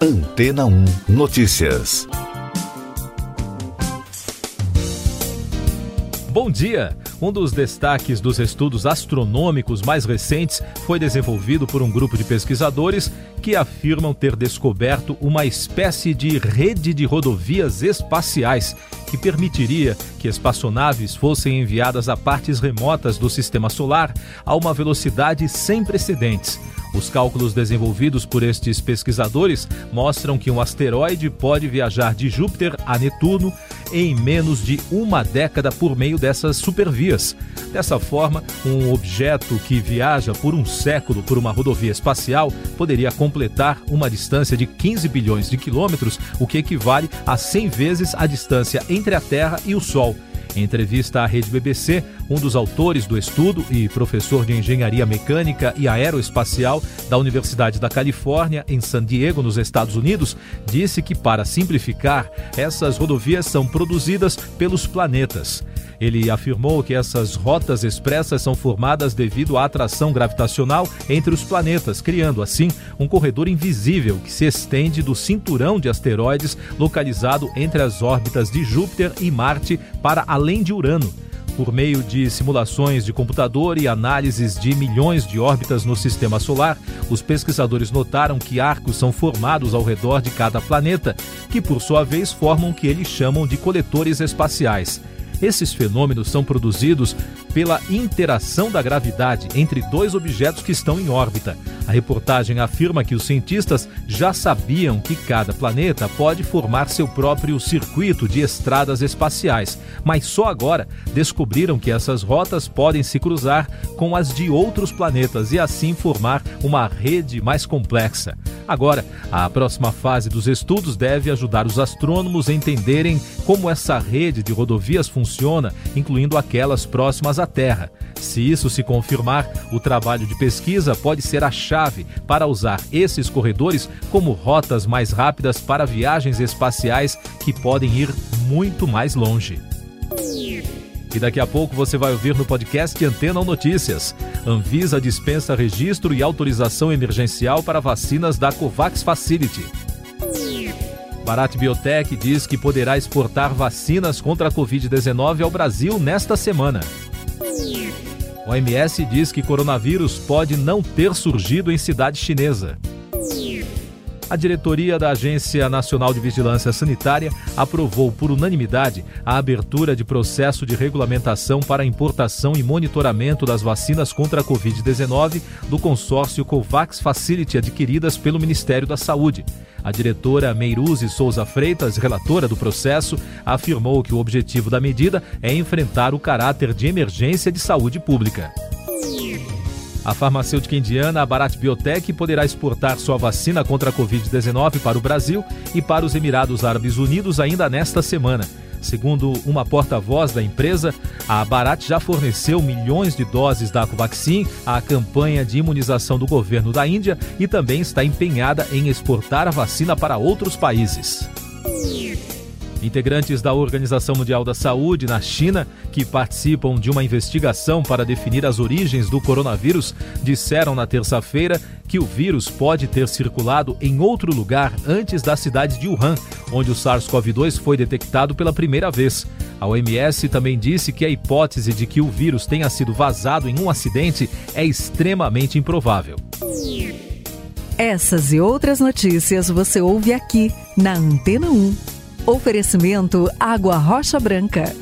Antena 1 Notícias. Bom dia! Um dos destaques dos estudos astronômicos mais recentes foi desenvolvido por um grupo de pesquisadores que afirmam ter descoberto uma espécie de rede de rodovias espaciais que permitiria que espaçonaves fossem enviadas a partes remotas do sistema solar a uma velocidade sem precedentes. Os cálculos desenvolvidos por estes pesquisadores mostram que um asteroide pode viajar de Júpiter a Netuno em menos de uma década por meio dessas supervias. Dessa forma, um objeto que viaja por um século por uma rodovia espacial poderia completar uma distância de 15 bilhões de quilômetros, o que equivale a 100 vezes a distância entre a Terra e o Sol. Em entrevista à Rede BBC, um dos autores do estudo e professor de Engenharia Mecânica e Aeroespacial da Universidade da Califórnia, em San Diego, nos Estados Unidos, disse que, para simplificar, essas rodovias são produzidas pelos planetas. Ele afirmou que essas rotas expressas são formadas devido à atração gravitacional entre os planetas, criando, assim, um corredor invisível que se estende do cinturão de asteroides localizado entre as órbitas de Júpiter e Marte para além de Urano. Por meio de simulações de computador e análises de milhões de órbitas no sistema solar, os pesquisadores notaram que arcos são formados ao redor de cada planeta, que por sua vez formam o que eles chamam de coletores espaciais. Esses fenômenos são produzidos pela interação da gravidade entre dois objetos que estão em órbita. A reportagem afirma que os cientistas já sabiam que cada planeta pode formar seu próprio circuito de estradas espaciais, mas só agora descobriram que essas rotas podem se cruzar com as de outros planetas e assim formar uma rede mais complexa. Agora, a próxima fase dos estudos deve ajudar os astrônomos a entenderem como essa rede de rodovias funciona, incluindo aquelas próximas à Terra. Se isso se confirmar, o trabalho de pesquisa pode ser a chave para usar esses corredores como rotas mais rápidas para viagens espaciais que podem ir muito mais longe. E daqui a pouco você vai ouvir no podcast Antena 1 Notícias. Anvisa dispensa registro e autorização emergencial para vacinas da COVAX Facility. Bharat Biotech diz que poderá exportar vacinas contra a Covid-19 ao Brasil nesta semana. O OMS diz que coronavírus pode não ter surgido em cidade chinesa. A diretoria da Agência Nacional de Vigilância Sanitária aprovou por unanimidade a abertura de processo de regulamentação para a importação e monitoramento das vacinas contra a Covid-19 do consórcio COVAX Facility adquiridas pelo Ministério da Saúde. A diretora Meiruzi Souza Freitas, relatora do processo, afirmou que o objetivo da medida é enfrentar o caráter de emergência de saúde pública. A farmacêutica indiana, a Bharat Biotech, poderá exportar sua vacina contra a Covid-19 para o Brasil e para os Emirados Árabes Unidos ainda nesta semana. Segundo uma porta-voz da empresa, a Bharat já forneceu milhões de doses da Covaxin à campanha de imunização do governo da Índia e também está empenhada em exportar a vacina para outros países. Integrantes da Organização Mundial da Saúde na China, que participam de uma investigação para definir as origens do coronavírus, disseram na terça-feira que o vírus pode ter circulado em outro lugar antes da cidade de Wuhan, onde o SARS-CoV-2 foi detectado pela primeira vez. A OMS também disse que a hipótese de que o vírus tenha sido vazado em um acidente é extremamente improvável. Essas e outras notícias você ouve aqui na Antena 1. Oferecimento Água Rocha Branca.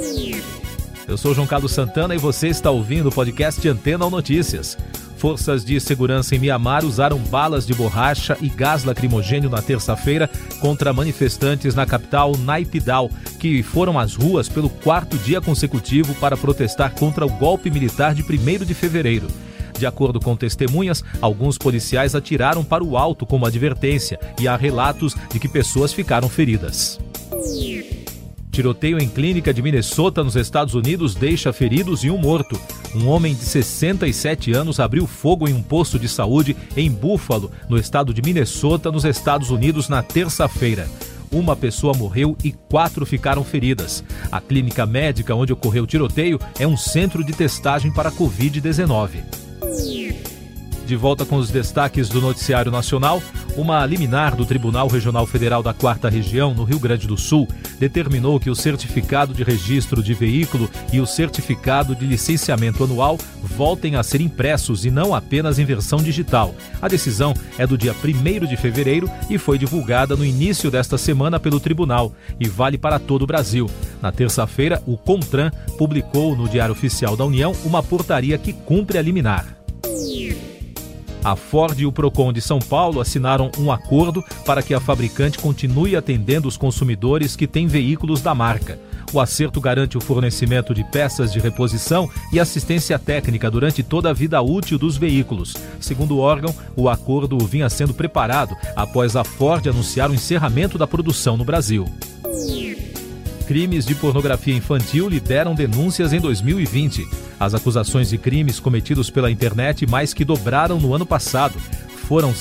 Eu sou João Carlos Santana e você está ouvindo o podcast Antena 1 Notícias. Forças de segurança em Mianmar usaram balas de borracha e gás lacrimogêneo na terça-feira contra manifestantes na capital Naypyidaw, que foram às ruas pelo 4º dia consecutivo para protestar contra o golpe militar de 1º de fevereiro. De acordo com testemunhas, alguns policiais atiraram para o alto como advertência e há relatos de que pessoas ficaram feridas. Tiroteio em clínica de Minnesota, nos Estados Unidos, deixa feridos e um morto. Um homem de 67 anos abriu fogo em um posto de saúde em Buffalo, no estado de Minnesota, nos Estados Unidos, na terça-feira. Uma pessoa morreu e 4 ficaram feridas. A clínica médica onde ocorreu o tiroteio é um centro de testagem para a Covid-19. De volta com os destaques do Noticiário Nacional, uma liminar do Tribunal Regional Federal da 4ª Região, no Rio Grande do Sul, determinou que o certificado de registro de veículo e o certificado de licenciamento anual voltem a ser impressos e não apenas em versão digital. A decisão é do dia 1º de fevereiro e foi divulgada no início desta semana pelo tribunal e vale para todo o Brasil. Na terça-feira, o CONTRAN publicou no Diário Oficial da União uma portaria que cumpre a liminar. A Ford e o Procon de São Paulo assinaram um acordo para que a fabricante continue atendendo os consumidores que têm veículos da marca. O acerto garante o fornecimento de peças de reposição e assistência técnica durante toda a vida útil dos veículos. Segundo o órgão, o acordo vinha sendo preparado após a Ford anunciar o encerramento da produção no Brasil. Crimes de pornografia infantil lideram denúncias em 2020. As acusações de crimes cometidos pela internet mais que dobraram no ano passado. Foram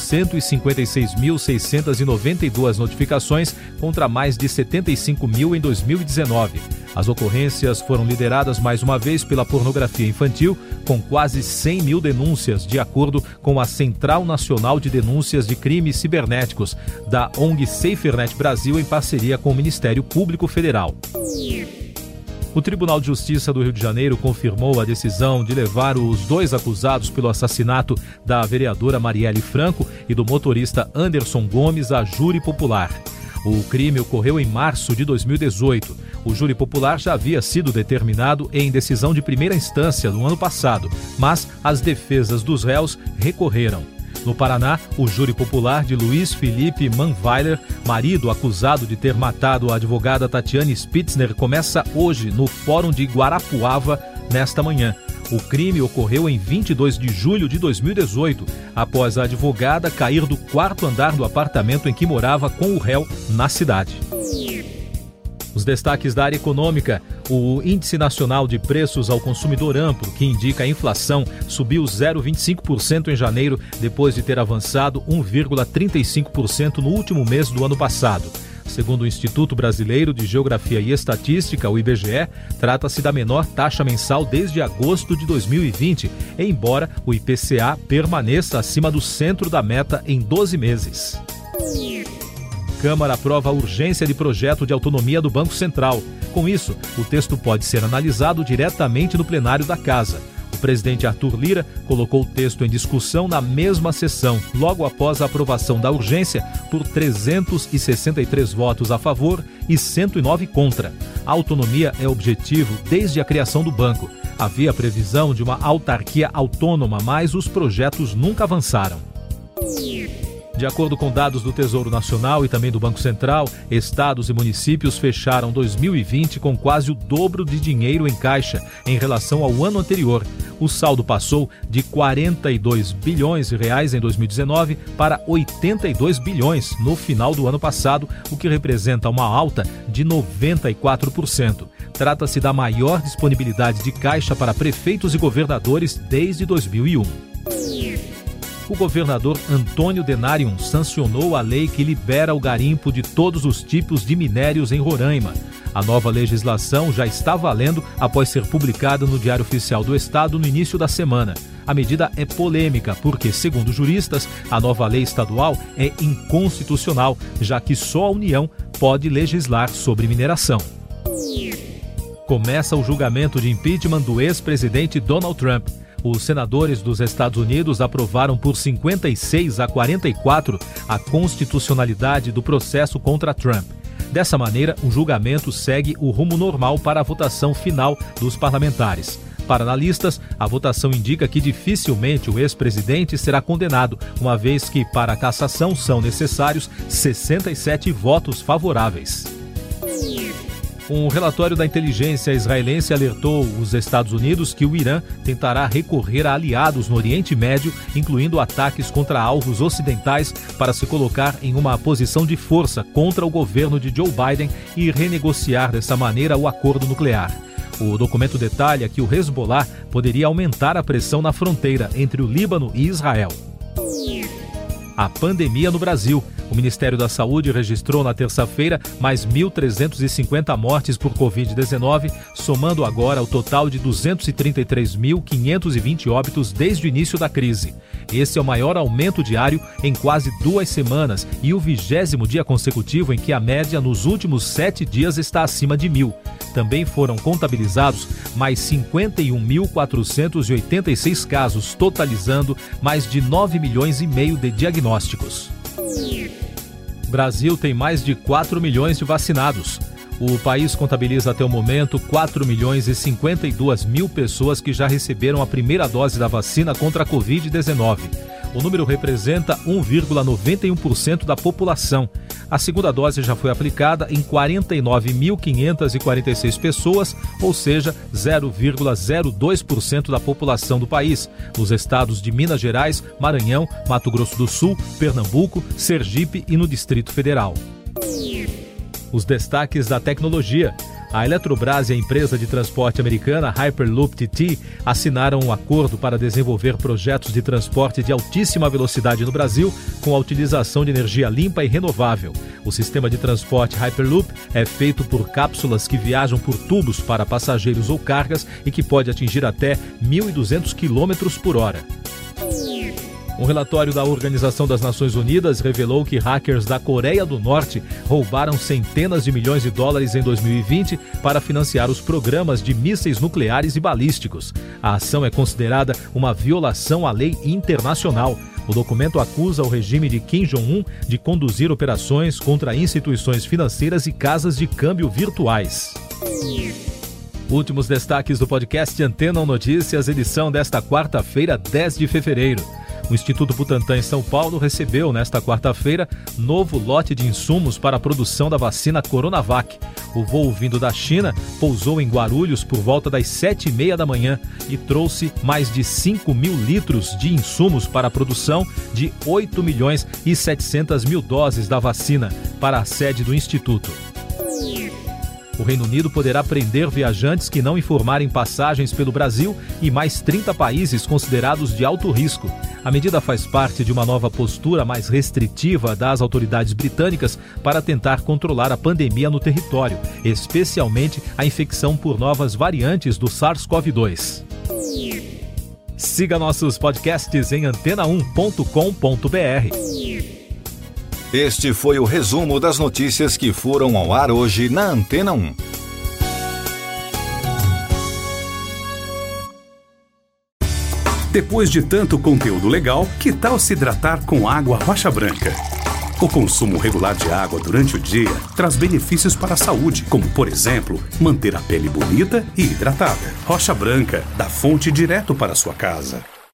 156.692 notificações contra mais de 75 mil em 2019. As ocorrências foram lideradas mais uma vez pela pornografia infantil, com quase 100 mil denúncias, de acordo com a Central Nacional de Denúncias de Crimes Cibernéticos, da ONG SaferNet Brasil, em parceria com o Ministério Público Federal. O Tribunal de Justiça do Rio de Janeiro confirmou a decisão de levar os 2 acusados pelo assassinato da vereadora Marielle Franco e do motorista Anderson Gomes a júri popular. O crime ocorreu em março de 2018. O júri popular já havia sido determinado em decisão de primeira instância no ano passado, mas as defesas dos réus recorreram. No Paraná, o júri popular de Luiz Felipe Manweiler, marido acusado de ter matado a advogada Tatiane Spitzner, começa hoje no Fórum de Guarapuava, nesta manhã. O crime ocorreu em 22 de julho de 2018, após a advogada cair do 4º andar do apartamento em que morava com o réu na cidade. Os destaques da área econômica: o Índice Nacional de Preços ao Consumidor Amplo, que indica a inflação, subiu 0,25% em janeiro, depois de ter avançado 1,35% no último mês do ano passado. Segundo o Instituto Brasileiro de Geografia e Estatística, o IBGE, trata-se da menor taxa mensal desde agosto de 2020, embora o IPCA permaneça acima do centro da meta em 12 meses. Câmara aprova a urgência de projeto de autonomia do Banco Central. Com isso, o texto pode ser analisado diretamente no plenário da Casa. O presidente Arthur Lira colocou o texto em discussão na mesma sessão, logo após a aprovação da urgência, por 363 votos a favor e 109 contra. A autonomia é objetivo desde a criação do banco. Havia previsão de uma autarquia autônoma, mas os projetos nunca avançaram. De acordo com dados do Tesouro Nacional e também do Banco Central, estados e municípios fecharam 2020 com quase o dobro de dinheiro em caixa em relação ao ano anterior. O saldo passou de 42 bilhões de reais em 2019 para 82 bilhões no final do ano passado, o que representa uma alta de 94%. Trata-se da maior disponibilidade de caixa para prefeitos e governadores desde 2001. O governador Antônio Denarium sancionou a lei que libera o garimpo de todos os tipos de minérios em Roraima. A nova legislação já está valendo após ser publicada no Diário Oficial do Estado no início da semana. A medida é polêmica porque, segundo juristas, a nova lei estadual é inconstitucional, já que só a União pode legislar sobre mineração. Começa o julgamento de impeachment do ex-presidente Donald Trump. Os senadores dos Estados Unidos aprovaram por 56 a 44 a constitucionalidade do processo contra Trump. Dessa maneira, o julgamento segue o rumo normal para a votação final dos parlamentares. Para analistas, a votação indica que dificilmente o ex-presidente será condenado, uma vez que para a cassação são necessários 67 votos favoráveis. Um relatório da inteligência israelense alertou os Estados Unidos que o Irã tentará recorrer a aliados no Oriente Médio, incluindo ataques contra alvos ocidentais, para se colocar em uma posição de força contra o governo de Joe Biden e renegociar dessa maneira o acordo nuclear. O documento detalha que o Hezbollah poderia aumentar a pressão na fronteira entre o Líbano e Israel. a pandemia no Brasil. O Ministério da Saúde registrou na terça-feira mais 1.350 mortes por Covid-19, somando agora o total de 233.520 óbitos desde o início da crise. Esse é o maior aumento diário em quase 2 semanas e o 20º dia consecutivo em que a média nos últimos 7 dias está acima de 1.000. Também foram contabilizados mais 51.486 casos, totalizando mais de 9 milhões e meio de diagnósticos. O Brasil tem mais de 4 milhões de vacinados. O país contabiliza até o momento 4 milhões e 52 mil pessoas que já receberam a primeira dose da vacina contra a Covid-19. O número representa 1,91% da população. A segunda dose já foi aplicada em 49.546 pessoas, ou seja, 0,02% da população do país, nos estados de Minas Gerais, Maranhão, Mato Grosso do Sul, Pernambuco, Sergipe e no Distrito Federal. Os destaques da tecnologia. A Eletrobras e a empresa de transporte americana Hyperloop TT assinaram um acordo para desenvolver projetos de transporte de altíssima velocidade no Brasil com a utilização de energia limpa e renovável. O sistema de transporte Hyperloop é feito por cápsulas que viajam por tubos para passageiros ou cargas e que pode atingir até 1.200 km por hora. Um relatório da Organização das Nações Unidas revelou que hackers da Coreia do Norte roubaram centenas de milhões de dólares em 2020 para financiar os programas de mísseis nucleares e balísticos. A ação é considerada uma violação à lei internacional. O documento acusa o regime de Kim Jong-un de conduzir operações contra instituições financeiras e casas de câmbio virtuais. Últimos destaques do podcast Antena 1 Notícias, edição desta quarta-feira, 10 de fevereiro. O Instituto Butantan em São Paulo recebeu, nesta quarta-feira, novo lote de insumos para a produção da vacina Coronavac. O voo vindo da China pousou em Guarulhos por volta das 7h30 da manhã e trouxe mais de 5 mil litros de insumos para a produção de 8 milhões e 700 mil doses da vacina para a sede do Instituto. O Reino Unido poderá prender viajantes que não informarem passagens pelo Brasil e mais 30 países considerados de alto risco. A medida faz parte de uma nova postura mais restritiva das autoridades britânicas para tentar controlar a pandemia no território, especialmente a infecção por novas variantes do SARS-CoV-2. Siga nossos podcasts em antena1.com.br. Este foi o resumo das notícias que foram ao ar hoje na Antena 1. Depois de tanto conteúdo legal, que tal se hidratar com água Rocha Branca? O consumo regular de água durante o dia traz benefícios para a saúde, como, por exemplo, manter a pele bonita e hidratada. Rocha Branca, da fonte direto para a sua casa.